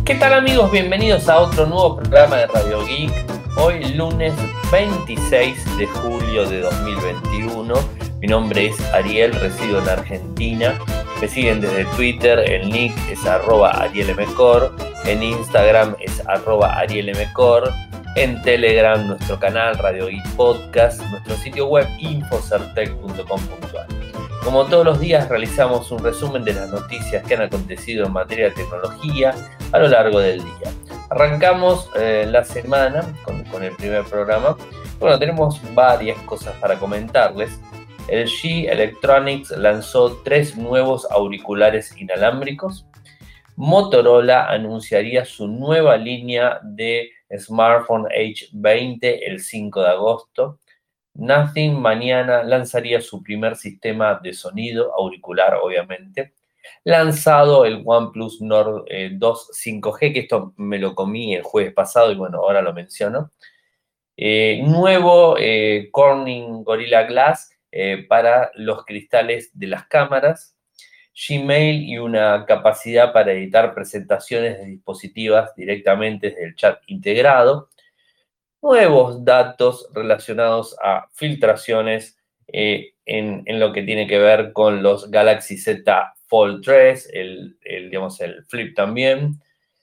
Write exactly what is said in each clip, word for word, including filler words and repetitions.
¿Qué tal, amigos? Bienvenidos a otro nuevo programa de Radio Geek. Hoy lunes veintiséis de julio de dos mil veintiuno. Mi nombre es Ariel, resido en Argentina. Me siguen desde Twitter, el nick es arroba arielmcor, en Instagram es arroba arielmcor, en Telegram nuestro canal Radio Geek Podcast, nuestro sitio web infocertec punto com punto a r. Como todos los días realizamos un resumen de las noticias que han acontecido en materia de tecnología a lo largo del día. Arrancamos eh, la semana con, con el primer programa. Bueno, tenemos varias cosas para comentarles. L G Electronics lanzó tres nuevos auriculares inalámbricos. Motorola anunciaría su nueva línea de smartphone H veinte el cinco de agosto. Nothing mañana lanzaría su primer sistema de sonido auricular, obviamente. Lanzado el OnePlus Nord eh, dos cinco G, que esto me lo comí el jueves pasado y bueno, ahora lo menciono. Eh, nuevo eh, Corning Gorilla Glass eh, para los cristales de las cámaras. Gmail y una capacidad para editar presentaciones de dispositivos directamente desde el chat integrado. Nuevos datos relacionados a filtraciones eh, en, en lo que tiene que ver con los Galaxy Z Fold tres, el, el, digamos, el Flip también.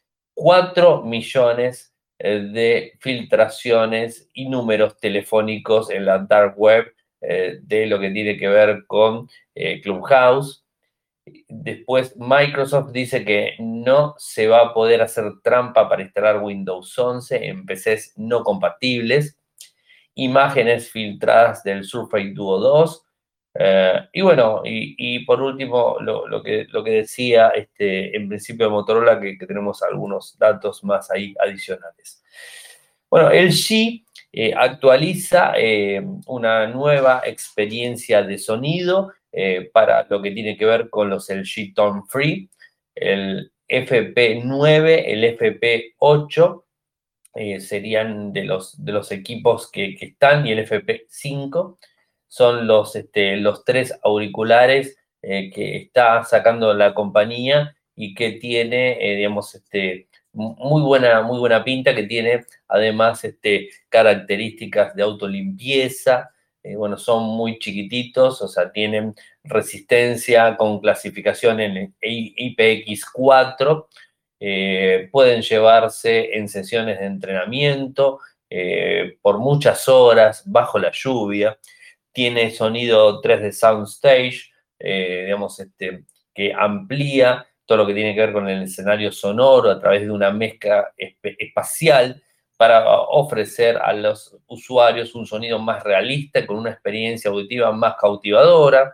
cuatro millones eh, de filtraciones y números telefónicos en la dark web eh, de lo que tiene que ver con eh, Clubhouse. Después Microsoft dice que no se va a poder hacer trampa para instalar Windows once en P Cs no compatibles. Imágenes filtradas del Surface Duo dos. Eh, y bueno, y, y por último, lo, lo, que, lo que decía este, en principio de Motorola, que, que tenemos algunos datos más ahí adicionales. Bueno, L G eh, actualiza eh, una nueva experiencia de sonido eh, para lo que tiene que ver con los L G Tone Free, el F P nueve, el F P ocho, eh, serían de los, de los equipos que, que están, y el F P cinco son los, este, los tres auriculares eh, que está sacando la compañía y que tiene, eh, digamos, este, muy buena, muy buena pinta, que tiene además este, características de autolimpieza. Eh, bueno, son muy chiquititos, o sea, tienen resistencia con clasificación en I P X cuatro, eh, pueden llevarse en sesiones de entrenamiento eh, por muchas horas bajo la lluvia. Tiene sonido tres D Soundstage, eh, digamos, este, que amplía todo lo que tiene que ver con el escenario sonoro a través de una mezcla espacial para ofrecer a los usuarios un sonido más realista, con una experiencia auditiva más cautivadora.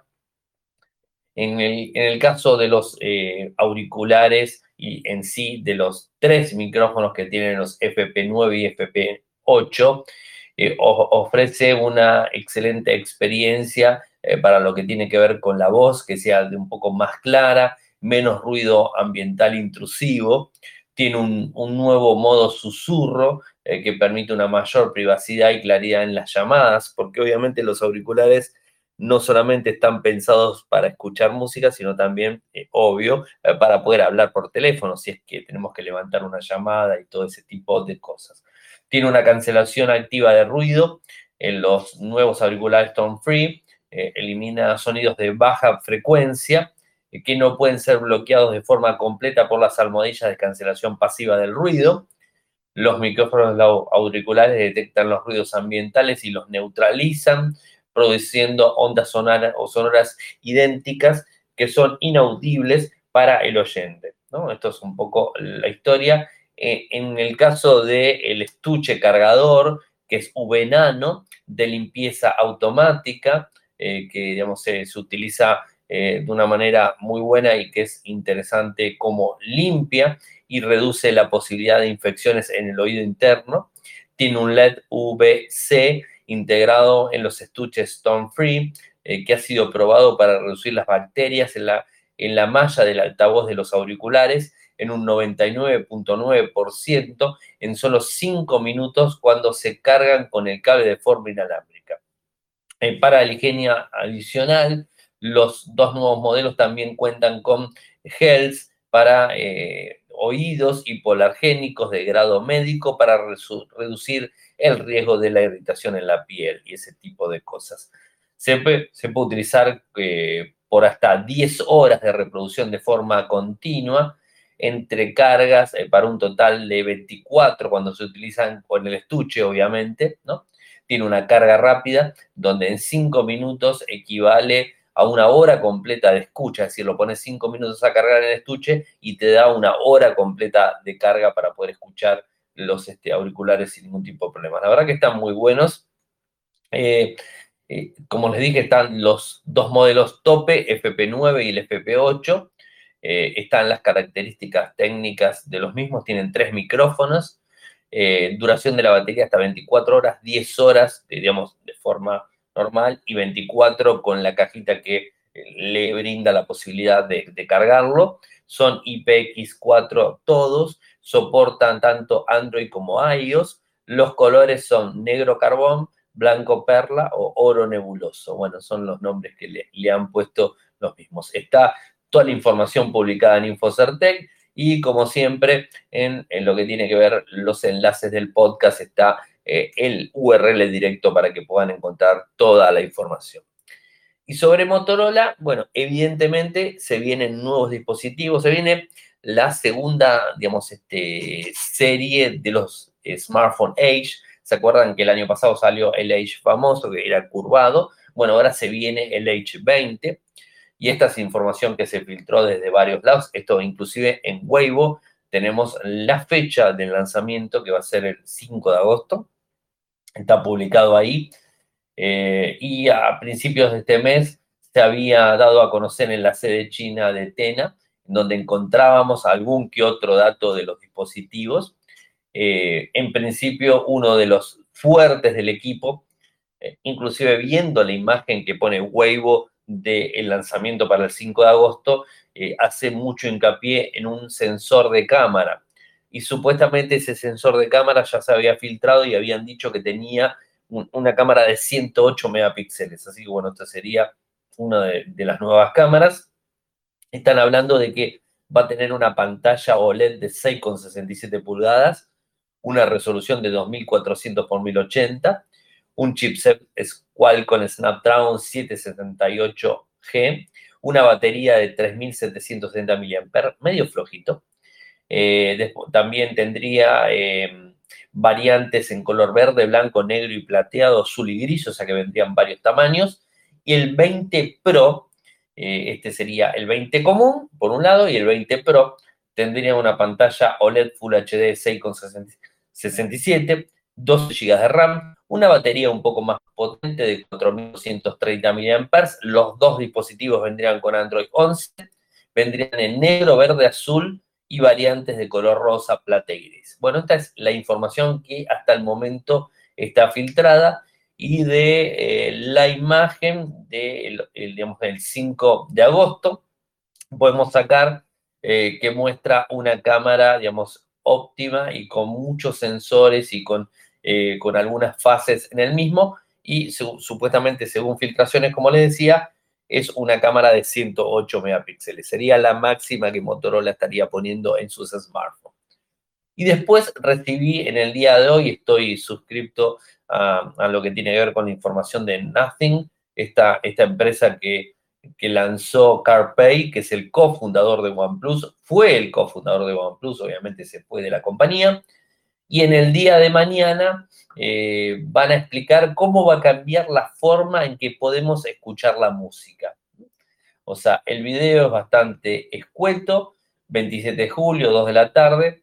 En el, en el caso de los eh, auriculares y en sí de los tres micrófonos que tienen los F P nueve y F P ocho, eh, ofrece una excelente experiencia eh, para lo que tiene que ver con la voz, que sea de un poco más clara, menos ruido ambiental intrusivo. Tiene un, un nuevo modo susurro eh, que permite una mayor privacidad y claridad en las llamadas, porque obviamente los auriculares no solamente están pensados para escuchar música, sino también, eh, obvio, eh, para poder hablar por teléfono, si es que tenemos que levantar una llamada y todo ese tipo de cosas. Tiene una cancelación activa de ruido en los nuevos auriculares Tone Free, eh, elimina sonidos de baja frecuencia eh, que no pueden ser bloqueados de forma completa por las almohadillas de cancelación pasiva del ruido. Los micrófonos auriculares detectan los ruidos ambientales y los neutralizan, produciendo ondas sonoras o sonoras idénticas que son inaudibles para el oyente, ¿no? Esto es un poco la historia. Eh, en el caso del estuche cargador, que es V-Nano, de limpieza automática, eh, que digamos, se, se utiliza eh, de una manera muy buena y que es interesante cómo limpia y reduce la posibilidad de infecciones en el oído interno. Tiene un L E D U V C integrado en los estuches Tone Free, eh, que ha sido probado para reducir las bacterias en la, en la malla del altavoz de los auriculares en un noventa y nueve punto nueve por ciento en solo cinco minutos cuando se cargan con el cable de forma inalámbrica. Eh, para la higiene adicional, los dos nuevos modelos también cuentan con gels para eh, oídos hipoalergénicos de grado médico para reducir el riesgo de la irritación en la piel y ese tipo de cosas. Se puede, se puede utilizar eh, por hasta diez horas de reproducción de forma continua entre cargas eh, para un total de veinticuatro cuando se utilizan con el estuche, obviamente, ¿no? Tiene una carga rápida donde en cinco minutos equivale a una hora completa de escucha, es decir, lo pones cinco minutos a cargar en el estuche y te da una hora completa de carga para poder escuchar los este, auriculares sin ningún tipo de problema. La verdad que están muy buenos. Eh, eh, como les dije, están los dos modelos tope, F P nueve y el F P ocho. Eh, están las características técnicas de los mismos, tienen tres micrófonos, eh, duración de la batería hasta veinticuatro horas, diez horas, digamos, de forma normal, y veinticuatro con la cajita que le brinda la posibilidad de, de cargarlo. Son I P X cuatro todos, soportan tanto Android como iOS. Los colores son negro carbón, blanco perla o oro nebuloso. Bueno, son los nombres que le, le han puesto los mismos. Está toda la información publicada en Infocertec y, como siempre, en, en lo que tiene que ver los enlaces del podcast está eh, el U R L directo para que puedan encontrar toda la información. Y sobre Motorola, bueno, evidentemente se vienen nuevos dispositivos, se viene la segunda, digamos, este, serie de los eh, smartphone Edge. ¿Se acuerdan que el año pasado salió el Edge famoso, que era curvado? Bueno, ahora se viene el Edge veinte. Y esta es información que se filtró desde varios lados. Esto inclusive en Weibo tenemos la fecha del lanzamiento, que va a ser el cinco de agosto. Está publicado ahí. Eh, y a principios de este mes se había dado a conocer en la sede china de Tena, donde encontrábamos algún que otro dato de los dispositivos. Eh, en principio, uno de los fuertes del equipo, eh, inclusive viendo la imagen que pone Weibo del lanzamiento para el cinco de agosto, eh, hace mucho hincapié en un sensor de cámara. Y supuestamente ese sensor de cámara ya se había filtrado y habían dicho que tenía un, una cámara de ciento ocho megapíxeles. Así que bueno, esta sería una de, de las nuevas cámaras. Están hablando de que va a tener una pantalla O L E D de seis coma sesenta y siete pulgadas, una resolución de dos mil cuatrocientos por mil ochenta, un chipset Qualcomm Snapdragon setecientos setenta y ocho G, una batería de tres mil setecientos setenta miliamperios hora, medio flojito. Eh, después, también tendría eh, variantes en color verde, blanco, negro y plateado, azul y gris, o sea que vendrían varios tamaños. Y el veinte Pro, eh, este sería el veinte común, por un lado, y el veinte Pro tendría una pantalla O L E D Full H D de seis coma sesenta y siete, doce gigas de RAM, una batería un poco más potente de cuatro mil doscientos treinta miliamperios hora. Los dos dispositivos vendrían con Android once, vendrían en negro, verde, azul y variantes de color rosa, plata y gris. Bueno, esta es la información que hasta el momento está filtrada, y de eh, la imagen del de, digamos, del cinco de agosto podemos sacar eh, que muestra una cámara, digamos, óptima y con muchos sensores y con, eh, con algunas fases en el mismo, y su, supuestamente, según filtraciones, como les decía, es una cámara de ciento ocho megapíxeles. Sería la máxima que Motorola estaría poniendo en sus smartphones. Y después recibí en el día de hoy, estoy suscrito a, a lo que tiene que ver con la información de Nothing, esta, esta empresa que, que lanzó CarPay, que es el cofundador de OnePlus, fue el cofundador de OnePlus, obviamente se fue de la compañía, y en el día de mañana eh, van a explicar cómo va a cambiar la forma en que podemos escuchar la música. O sea, el video es bastante escueto, veintisiete de julio, dos de la tarde.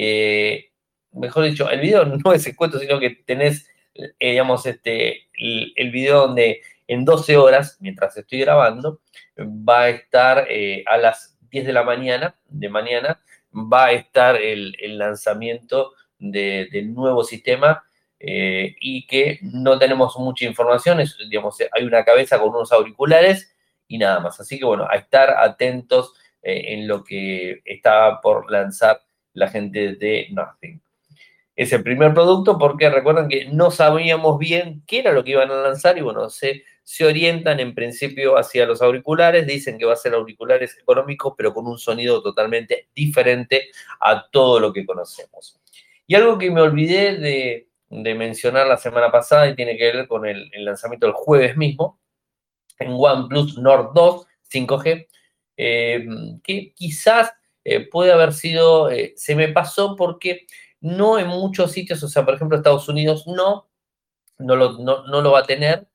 Eh, mejor dicho, el video no es escueto, sino que tenés, eh, digamos, este, el, el video donde en doce horas, mientras estoy grabando, va a estar eh, a las diez de la mañana, de mañana, va a estar el, el lanzamiento de, del nuevo sistema, eh, y que no tenemos mucha información. Es, digamos, hay una cabeza con unos auriculares y nada más. Así que bueno, a estar atentos eh, en lo que está por lanzar la gente de Nothing. Es el primer producto porque recuerden que no sabíamos bien qué era lo que iban a lanzar, y bueno, se se orientan en principio hacia los auriculares, dicen que va a ser auriculares económicos, pero con un sonido totalmente diferente a todo lo que conocemos. Y algo que me olvidé de, de mencionar la semana pasada y tiene que ver con el, el lanzamiento del jueves mismo, en OnePlus Nord dos cinco G, eh, que quizás eh, puede haber sido, eh, se me pasó porque no en muchos sitios, o sea, por ejemplo, Estados Unidos no, no lo, no, no lo va a tener,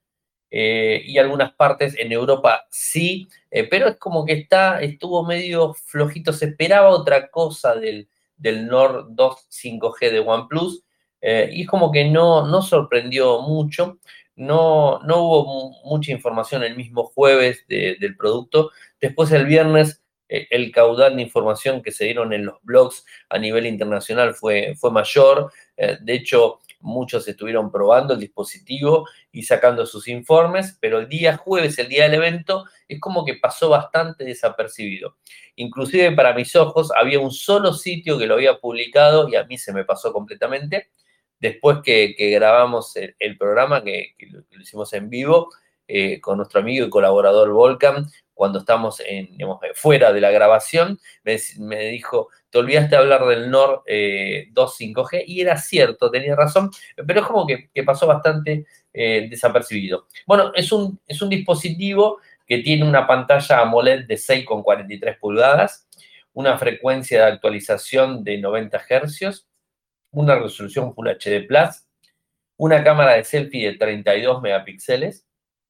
eh, y algunas partes en Europa sí, eh, pero es como que está, estuvo medio flojito, se esperaba otra cosa del, del Nord dos cinco G de OnePlus, eh, y es como que no, no sorprendió mucho. No, no hubo mucha información el mismo jueves de, del producto. Después el viernes eh, el caudal de información que se dieron en los blogs a nivel internacional fue, fue mayor. Eh, de hecho, muchos estuvieron probando el dispositivo y sacando sus informes, pero el día jueves, el día del evento, es como que pasó bastante desapercibido. Inclusive para mis ojos había un solo sitio que lo había publicado y a mí se me pasó completamente. Después que, que grabamos el, el programa, que, que, lo, que, lo, hicimos en vivo, eh, con nuestro amigo y colaborador Volcan, cuando estamos en, digamos, fuera de la grabación, me, me dijo, te olvidaste de hablar del Nord eh, dos cinco G, y era cierto, tenía razón, pero es como que, que pasó bastante eh, desapercibido. Bueno, es un, es un dispositivo que tiene una pantalla AMOLED de seis coma cuarenta y tres pulgadas, una frecuencia de actualización de noventa hercios, una resolución Full H D Plus, una cámara de selfie de treinta y dos megapíxeles,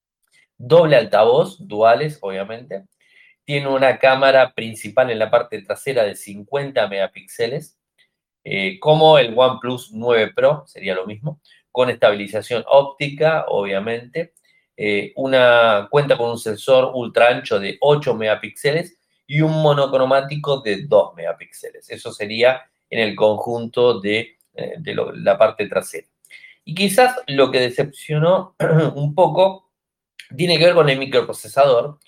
doble altavoz, duales, obviamente. Tiene una cámara principal en la parte trasera de cincuenta megapíxeles, eh, como el OnePlus nueve Pro, sería lo mismo, con estabilización óptica, obviamente. Eh, una, cuenta con un sensor ultra ancho de ocho megapíxeles y un monocromático de dos megapíxeles. Eso sería en el conjunto de, eh, de lo, la parte trasera. Y quizás lo que decepcionó un poco tiene que ver con el microprocesador,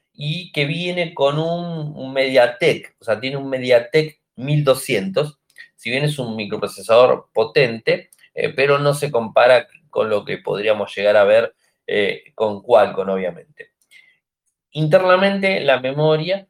y que viene con un, un MediaTek, o sea, tiene un MediaTek mil doscientos, si bien es un microprocesador potente, eh, pero no se compara con lo que podríamos llegar a ver eh, con Qualcomm, obviamente. Internamente, la memoria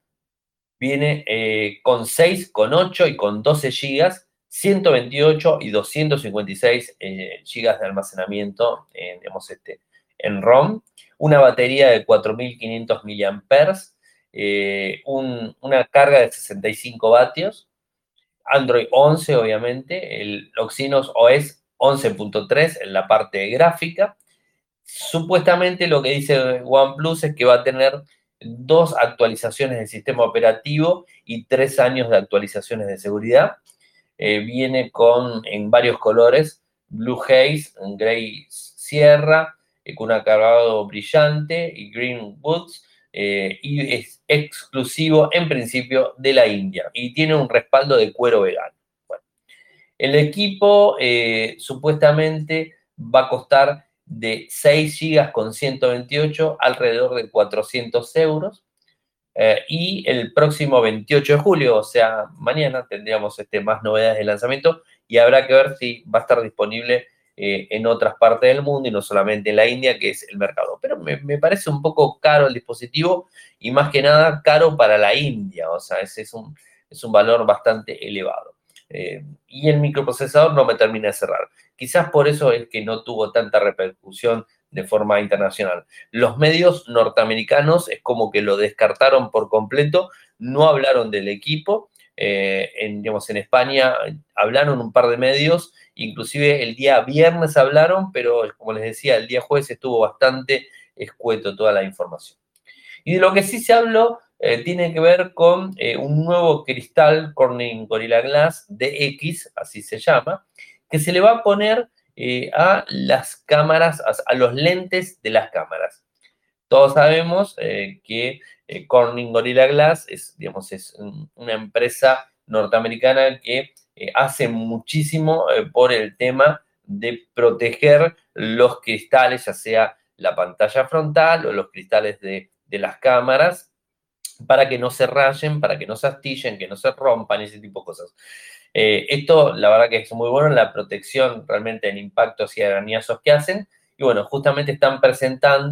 viene eh, con seis, con ocho y con doce gigas, ciento veintiocho y doscientos cincuenta y seis eh, gigas de almacenamiento, eh, digamos, este, en ROM, una batería de cuatro mil quinientos miliamperios hora, eh, un, una carga de sesenta y cinco vatios, Android once, obviamente, el Exynos O S once punto tres en la parte gráfica. Supuestamente lo que dice OnePlus es que va a tener dos actualizaciones del sistema operativo y tres años de actualizaciones de seguridad. Eh, viene con, en varios colores, Blue Haze, Gray Sierra, eh, con un acabado brillante, y Green Woods, eh, y es exclusivo en principio de la India, y tiene un respaldo de cuero vegano. Bueno, el equipo eh, supuestamente va a costar de seis gigas con ciento veintiocho, alrededor de cuatrocientos euros. Eh, y el próximo veintiocho de julio, o sea, mañana, tendríamos este, más novedades de lanzamiento, y habrá que ver si va a estar disponible eh, en otras partes del mundo y no solamente en la India, que es el mercado. Pero me, me parece un poco caro el dispositivo, y más que nada caro para la India, o sea, ese es un, es un valor bastante elevado. Eh, y el microprocesador no me termina de cerrar. Quizás por eso es que no tuvo tanta repercusión de forma internacional. Los medios norteamericanos es como que lo descartaron por completo, no hablaron del equipo. Eh, en, digamos, en España hablaron un par de medios, inclusive el día viernes hablaron, pero como les decía, el día jueves estuvo bastante escueto toda la información. Y de lo que sí se habló eh, tiene que ver con eh, un nuevo cristal Corning Gorilla Glass D X, así se llama, que se le va a poner eh, a las cámaras, a, a los lentes de las cámaras. Todos sabemos eh, que eh, Corning Gorilla Glass es, digamos, es un, una empresa norteamericana que eh, hace muchísimo eh, por el tema de proteger los cristales, ya sea la pantalla frontal o los cristales de, de las cámaras, para que no se rayen, para que no se astillen, que no se rompan, ese tipo de cosas. Eh, esto, la verdad que es muy bueno, la protección realmente en impactos y arañazos que hacen. Y bueno, justamente están presentando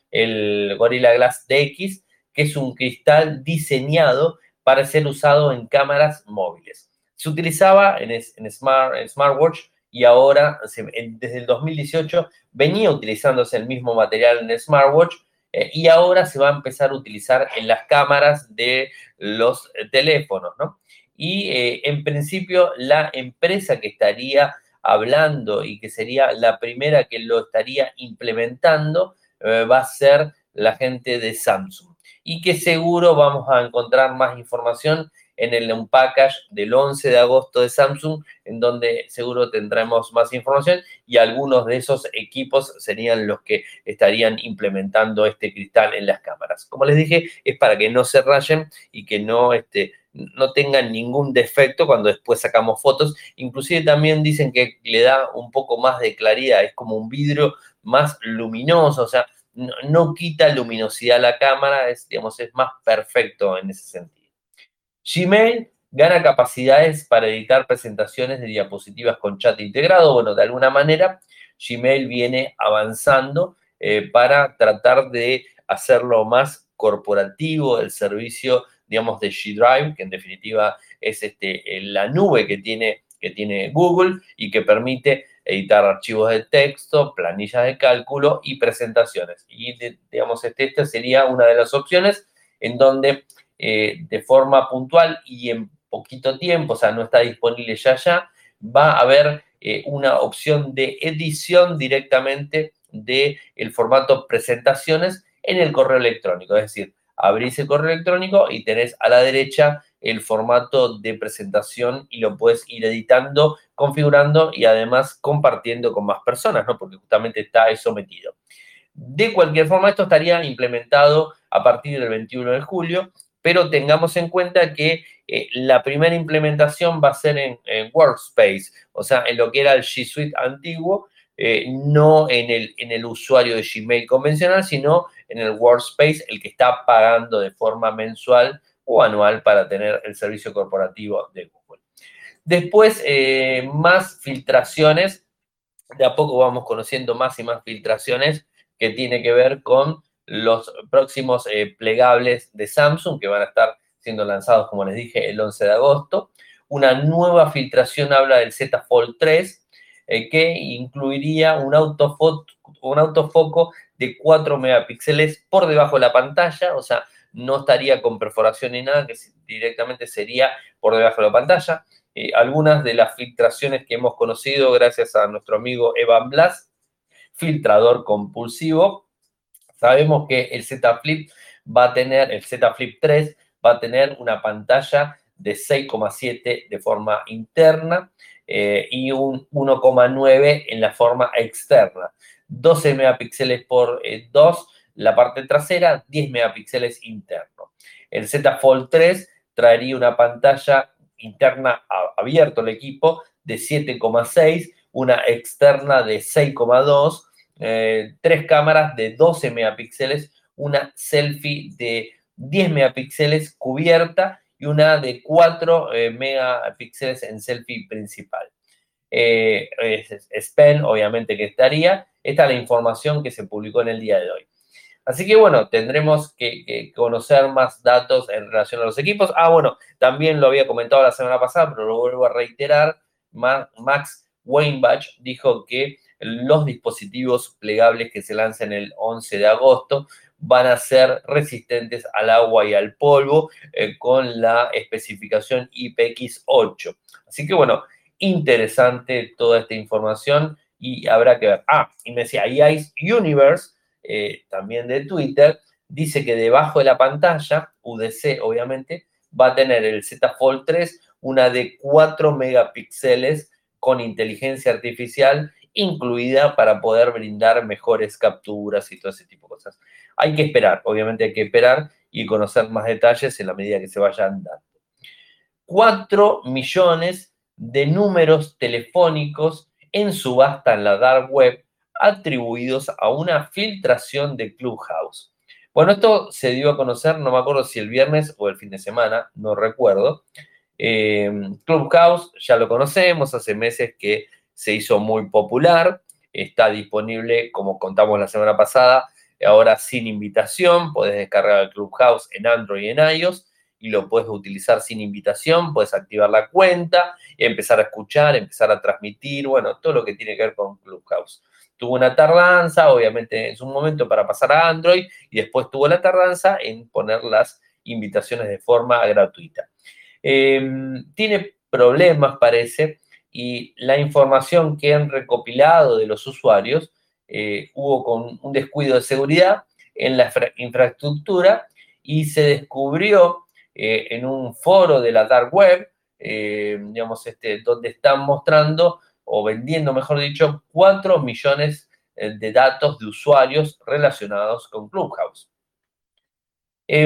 el Gorilla Glass D X, que es un cristal diseñado para ser usado en cámaras móviles. Se utilizaba en, en, smart, en smartwatch y ahora, desde el dos mil dieciocho, venía utilizándose el mismo material en el smartwatch eh, y ahora se va a empezar a utilizar en las cámaras de los teléfonos, ¿no? Y eh, en principio la empresa que estaría hablando y que sería la primera que lo estaría implementando eh, va a ser la gente de Samsung. Y que seguro vamos a encontrar más información en el Unpackage del once de agosto de Samsung, en donde seguro tendremos más información y algunos de esos equipos serían los que estarían implementando este cristal en las cámaras. Como les dije, es para que no se rayen y que no, este, no tengan ningún defecto cuando después sacamos fotos. Inclusive también dicen que le da un poco más de claridad, es como un vidrio más luminoso, o sea, no, no quita luminosidad a la cámara, es, digamos, es más perfecto en ese sentido. Gmail gana capacidades para editar presentaciones de diapositivas con chat integrado. Bueno, de alguna manera, Gmail viene avanzando eh, para tratar de hacerlo más corporativo, el servicio, digamos, de G Drive, que en definitiva es este, la nube que tiene, que tiene Google y que permite editar archivos de texto, planillas de cálculo y presentaciones. Y, de, digamos, este, esta sería una de las opciones en donde eh, de forma puntual y en poquito tiempo, o sea, no está disponible ya ya, va a haber eh, una opción de edición directamente del formato presentaciones en el correo electrónico. Es decir, abrís el correo electrónico y tenés a la derecha el formato de presentación y lo puedes ir editando, configurando y además compartiendo con más personas, ¿no? Porque justamente está eso metido. De cualquier forma, esto estaría implementado a partir del veintiuno de julio, pero tengamos en cuenta que eh, la primera implementación va a ser en, en Workspace, o sea, en lo que era el G Suite antiguo, eh, no en el, en el usuario de Gmail convencional, sino en el Workspace, el que está pagando de forma mensual o anual para tener el servicio corporativo de Google. Después, eh, más filtraciones. De a poco vamos conociendo más y más filtraciones que tiene que ver con los próximos eh, plegables de Samsung que van a estar siendo lanzados, como les dije, el once de agosto. Una nueva filtración habla del Z Fold tres, eh, que incluiría un autofoco, un autofoco de cuatro megapíxeles por debajo de la pantalla, o sea, no estaría con perforación ni nada, que directamente sería por debajo de la pantalla. Eh, algunas de las filtraciones que hemos conocido gracias a nuestro amigo Evan Blass, filtrador compulsivo. Sabemos que el Z Flip va a tener, el Z Flip tres va a tener una pantalla de seis coma siete de forma interna eh, y un uno coma nueve en la forma externa. doce megapíxeles por eh, dos la parte trasera, diez megapíxeles interno. El Z Fold tres traería una pantalla interna abierto el equipo de siete coma seis, una externa de seis coma dos, eh, tres cámaras de doce megapíxeles, una selfie de diez megapíxeles cubierta y una de cuatro eh, megapíxeles en selfie principal. Eh, es, es S Pen, obviamente que estaría. Esta es la información que se publicó en el día de hoy. Así que, bueno, tendremos que, que conocer más datos en relación a los equipos. Ah, bueno, también lo había comentado la semana pasada, pero lo vuelvo a reiterar. Max Weinbach dijo que los dispositivos plegables que se lancen el once de agosto van a ser resistentes al agua y al polvo eh, con la especificación I P X ocho. Así que, bueno, interesante toda esta información y habrá que ver. Ah, y me decía, ice Universe, Eh, también de Twitter, dice que debajo de la pantalla, U D C obviamente, va a tener el Z Fold tres, una de cuatro megapíxeles con inteligencia artificial incluida para poder brindar mejores capturas y todo ese tipo de cosas. Hay que esperar, obviamente hay que esperar y conocer más detalles en la medida que se vayan dando. cuatro millones de números telefónicos en subasta en la dark web atribuidos a una filtración de Clubhouse. Bueno, esto se dio a conocer, no me acuerdo si el viernes o el fin de semana, no recuerdo. Eh, Clubhouse ya lo conocemos, hace meses que se hizo muy popular, está disponible, como contamos la semana pasada, ahora sin invitación, puedes descargar el Clubhouse en Android y en iOS y lo puedes utilizar sin invitación, puedes activar la cuenta, empezar a escuchar, empezar a transmitir, bueno, todo lo que tiene que ver con Clubhouse. Tuvo una tardanza, obviamente en su momento para pasar a Android y después tuvo la tardanza en poner las invitaciones de forma gratuita. Eh, tiene problemas, parece, y la información que han recopilado de los usuarios, eh, hubo con un descuido de seguridad en la infraestructura y se descubrió eh, en un foro de la dark web, eh, digamos, este, donde están mostrando o vendiendo, mejor dicho, cuatro millones de datos de usuarios relacionados con Clubhouse. Eh,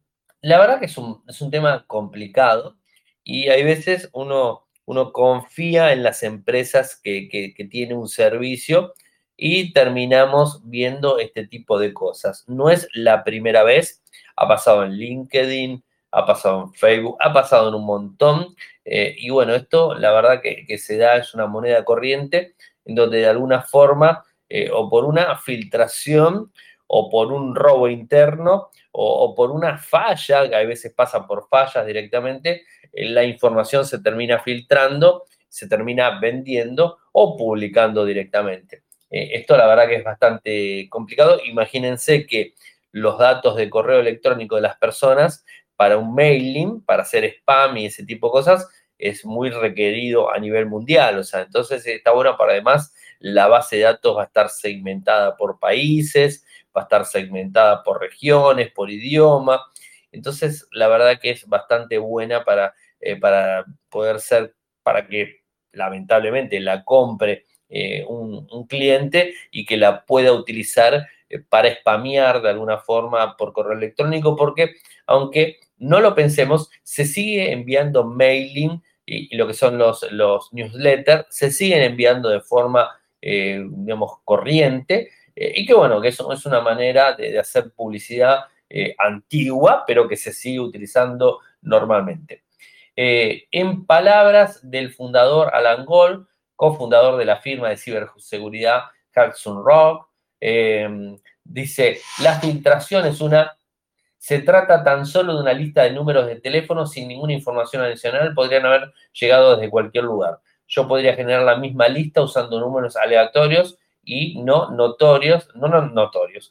la verdad que es un, es un tema complicado y hay veces uno, uno confía en las empresas que, que, que tienen un servicio y terminamos viendo este tipo de cosas. No es la primera vez, ha pasado en LinkedIn, ha pasado en Facebook, ha pasado en un montón. Eh, y bueno, esto la verdad que, que se da, es una moneda corriente en donde de alguna forma eh, o por una filtración o por un robo interno o, o por una falla, que a veces pasa por fallas directamente, eh, la información se termina filtrando, se termina vendiendo o publicando directamente. Eh, esto la verdad que es bastante complicado. Imagínense que los datos de correo electrónico de las personas para un mailing, para hacer spam y ese tipo de cosas, es muy requerido a nivel mundial. O sea, entonces está bueno para además la base de datos va a estar segmentada por países, va a estar segmentada por regiones, por idioma. Entonces, la verdad que es bastante buena para, eh, para poder ser, para que lamentablemente la compre eh, un, un cliente y que la pueda utilizar eh, para spamear de alguna forma por correo electrónico, porque aunque no lo pensemos, se sigue enviando mailing y, y lo que son los, los newsletters, se siguen enviando de forma, eh, digamos, corriente, eh, y que bueno, que eso es una manera de, de hacer publicidad eh, antigua, pero que se sigue utilizando normalmente. Eh, en palabras del fundador Alan Gold, cofundador de la firma de ciberseguridad Hudson Rock, eh, dice, la filtración es una... Se trata tan solo de una lista de números de teléfono sin ninguna información adicional, podrían haber llegado desde cualquier lugar. Yo podría generar la misma lista usando números aleatorios y no notorios, no, no notorios.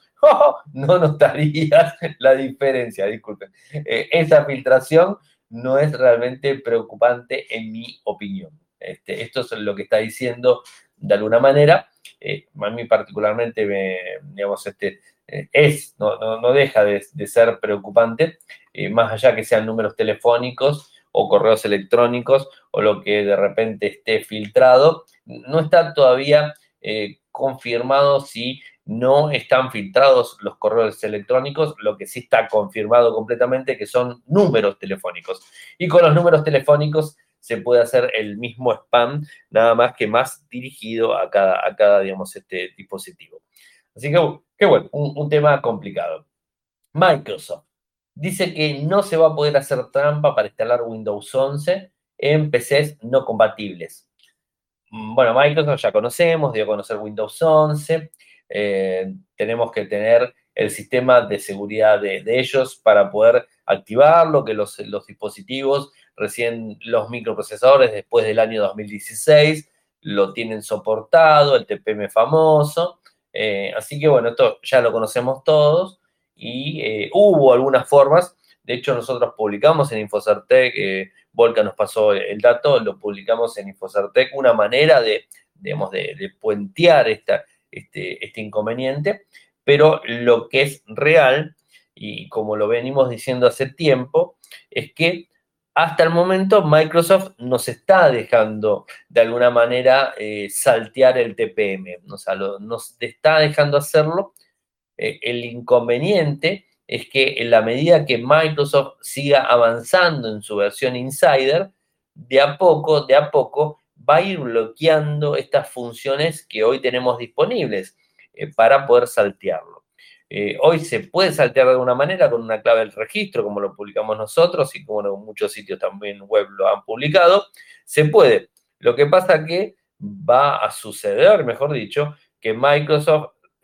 No notarías la diferencia, disculpen. Eh, esa filtración no es realmente preocupante en mi opinión. Este, esto es lo que está diciendo de alguna manera. Eh, a mí particularmente me, digamos, este, eh, es, no, no, no deja de, de ser preocupante, eh, más allá que sean números telefónicos o correos electrónicos o lo que de repente esté filtrado, no está todavía eh, confirmado si no están filtrados los correos electrónicos, lo que sí está confirmado completamente que son números telefónicos. Y con los números telefónicos se puede hacer el mismo spam, nada más que más dirigido a cada, a cada digamos, este dispositivo. Así que, qué bueno, un, un tema complicado. Microsoft dice que no se va a poder hacer trampa para instalar Windows once en P Cs no compatibles. Bueno, Microsoft ya conocemos, dio a conocer Windows once. Eh, tenemos que tener el sistema de seguridad de, de ellos para poder activarlo, que los, los dispositivos, recién los microprocesadores después del año dos mil dieciséis lo tienen soportado, el T P M famoso. Eh, así que bueno, esto ya lo conocemos todos y eh, hubo algunas formas. De hecho, nosotros publicamos en Infocertec, eh, Volca nos pasó el dato, lo publicamos en Infocertec, una manera de, digamos, de, de puentear esta, este, este inconveniente, pero lo que es real, y como lo venimos diciendo hace tiempo, es que hasta el momento Microsoft nos está dejando de alguna manera eh, saltear el T P M, o sea, lo, nos está dejando hacerlo. Eh, el inconveniente es que en la medida que Microsoft siga avanzando en su versión Insider, de a poco, de a poco, va a ir bloqueando estas funciones que hoy tenemos disponibles eh, para poder saltearlo. Eh, hoy se puede saltear de alguna manera con una clave del registro, como lo publicamos nosotros y como bueno, muchos sitios también web lo han publicado. Se puede. Lo que pasa que va a suceder, mejor dicho, que Microsoft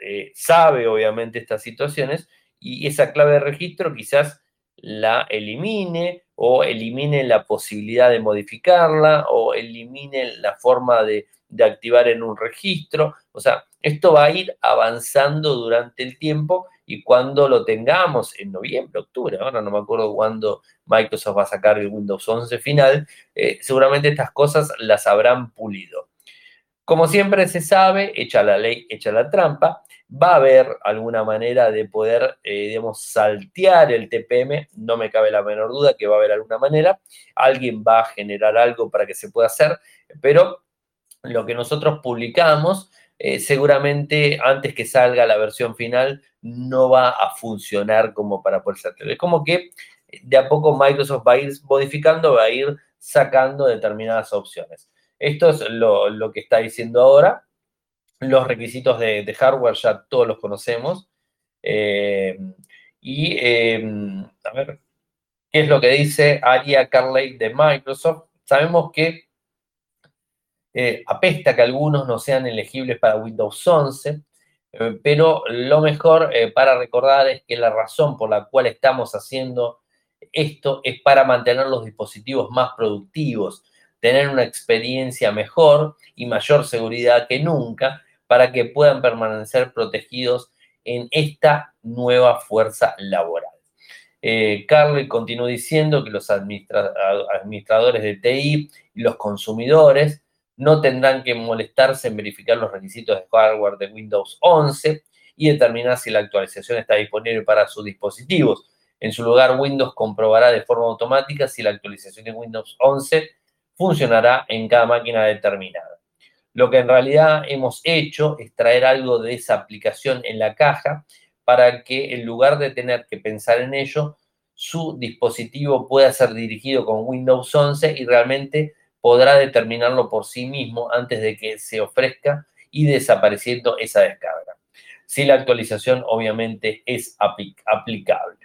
eh, sabe obviamente estas situaciones y esa clave de registro quizás la elimine o elimine la posibilidad de modificarla o elimine la forma de, de activar en un registro. O sea, esto va a ir avanzando durante el tiempo y cuando lo tengamos en noviembre, octubre, ahora no me acuerdo cuándo Microsoft va a sacar el Windows once final, eh, seguramente estas cosas las habrán pulido. Como siempre se sabe, hecha la ley, hecha la trampa, va a haber alguna manera de poder, eh, digamos, saltear el T P M, no me cabe la menor duda que va a haber alguna manera, alguien va a generar algo para que se pueda hacer, pero lo que nosotros publicamos, eh, seguramente antes que salga la versión final, no va a funcionar como para poder saltear. Es como que de a poco Microsoft va a ir modificando, va a ir sacando determinadas opciones. Esto es lo, lo que está diciendo ahora. Los requisitos de, de hardware ya todos los conocemos. Eh, y, eh, a ver, ¿qué es lo que dice Aria Carley de Microsoft? Sabemos que eh, apesta que algunos no sean elegibles para Windows once, eh, pero lo mejor eh, para recordar es que la razón por la cual estamos haciendo esto es para mantener los dispositivos más productivos, tener una experiencia mejor y mayor seguridad que nunca para que puedan permanecer protegidos en esta nueva fuerza laboral. Eh, Carly continuó diciendo que los administra administradores de T I y los consumidores no tendrán que molestarse en verificar los requisitos de hardware de Windows once y determinar si la actualización está disponible para sus dispositivos. En su lugar, Windows comprobará de forma automática si la actualización de Windows once funcionará en cada máquina determinada. Lo que en realidad hemos hecho es traer algo de esa aplicación en la caja para que en lugar de tener que pensar en ello, su dispositivo pueda ser dirigido con Windows once y realmente podrá determinarlo por sí mismo antes de que se ofrezca y desapareciendo esa descarga. Si la actualización obviamente es apl- aplicable.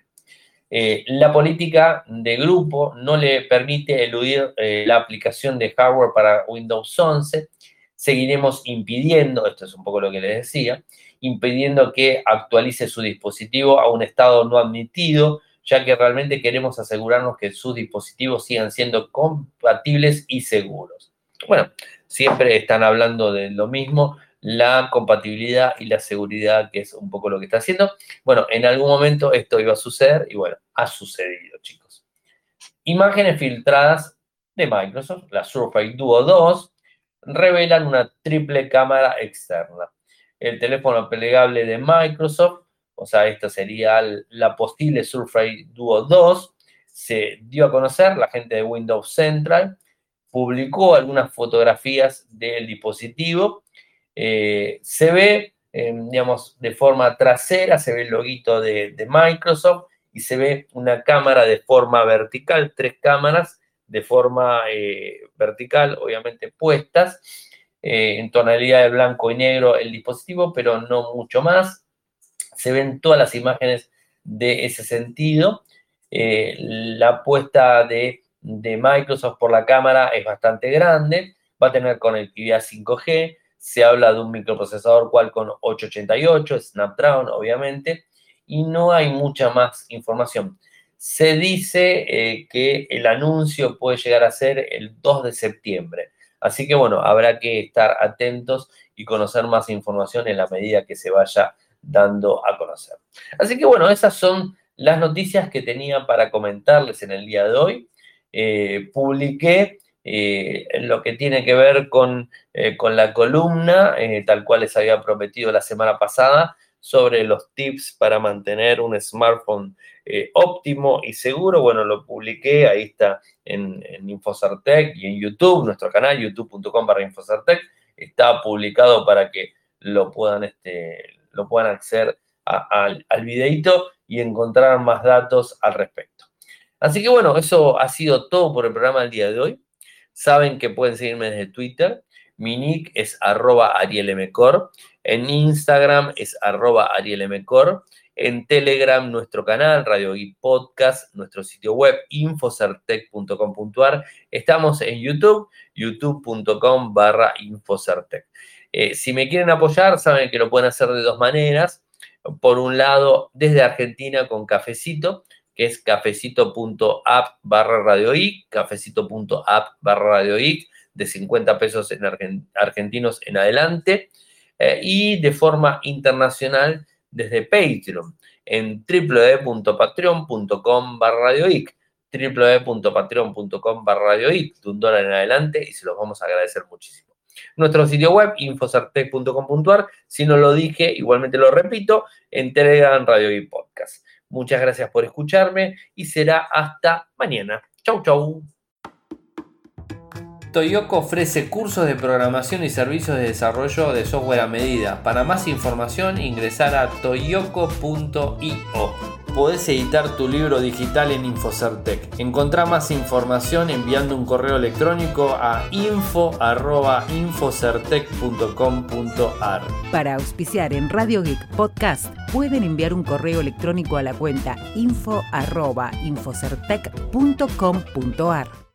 Eh, la política de grupo no le permite eludir eh, la aplicación de hardware para Windows once. Seguiremos impidiendo, esto es un poco lo que les decía, impidiendo que actualice su dispositivo a un estado no admitido, ya que realmente queremos asegurarnos que sus dispositivos sigan siendo compatibles y seguros. Bueno, siempre están hablando de lo mismo, la compatibilidad y la seguridad, que es un poco lo que está haciendo. Bueno, en algún momento esto iba a suceder y bueno, ha sucedido, chicos. Imágenes filtradas de Microsoft, la Surface Duo dos, revelan una triple cámara externa. El teléfono plegable de Microsoft, o sea, esta sería la posible Surface Duo dos, se dio a conocer, la gente de Windows Central publicó algunas fotografías del dispositivo. Eh, se ve, eh, digamos, de forma trasera, se ve el loguito de, de Microsoft y se ve una cámara de forma vertical, tres cámaras de forma eh, vertical, obviamente puestas, eh, en tonalidad de blanco y negro el dispositivo, pero no mucho más. Se ven todas las imágenes de ese sentido. Eh, la apuesta de, de Microsoft por la cámara es bastante grande, va a tener conectividad cinco G, se habla de un microprocesador Qualcomm ocho ochenta y ocho, Snapdragon obviamente, y no hay mucha más información. Se dice eh, que el anuncio puede llegar a ser el dos de septiembre. Así que bueno, habrá que estar atentos y conocer más información en la medida que se vaya dando a conocer. Así que bueno, esas son las noticias que tenía para comentarles en el día de hoy. Eh, publiqué eh, lo que tiene que ver con, eh, con la columna, eh, tal cual les había prometido la semana pasada, sobre los tips para mantener un smartphone eh, óptimo y seguro. Bueno, lo publiqué, ahí está en, en InfoCertec y en YouTube, nuestro canal, youtube punto com barra InfoCertec, está publicado para que lo puedan, este, lo puedan acceder a, a, al videito y encontrar más datos al respecto. Así que bueno, eso ha sido todo por el programa del día de hoy. Saben que pueden seguirme desde Twitter. Mi nick es arroba arielmcor. En Instagram es arroba arielmcor. En Telegram, nuestro canal, Radio Geek Podcast, nuestro sitio web, infocertec punto com punto a r. Estamos en YouTube, youtube punto com barra infocertec. Eh, si me quieren apoyar, saben que lo pueden hacer de dos maneras. Por un lado, desde Argentina con Cafecito, que es cafecito.app barra radioic, cafecito.app barra radioic, de cincuenta pesos en argent- argentinos en adelante, eh, y de forma internacional desde Patreon, en www.patreon.com barra radioic, www.patreon.com barra radioic, de un dólar en adelante, y se los vamos a agradecer muchísimo. Nuestro sitio web, infocertec punto com punto a r, si no lo dije, igualmente lo repito, en Telegram, Radio y Podcast. Muchas gracias por escucharme y será hasta mañana. Chau, chau. Toyoko ofrece cursos de programación y servicios de desarrollo de software a medida. Para más información, ingresar a toyoko punto i o. Podés editar tu libro digital en Infocertec. Encontrá más información enviando un correo electrónico a info arroba infocertec punto com punto a r. Para auspiciar en Radio Geek Podcast, pueden enviar un correo electrónico a la cuenta info arroba infocertec punto com punto a r.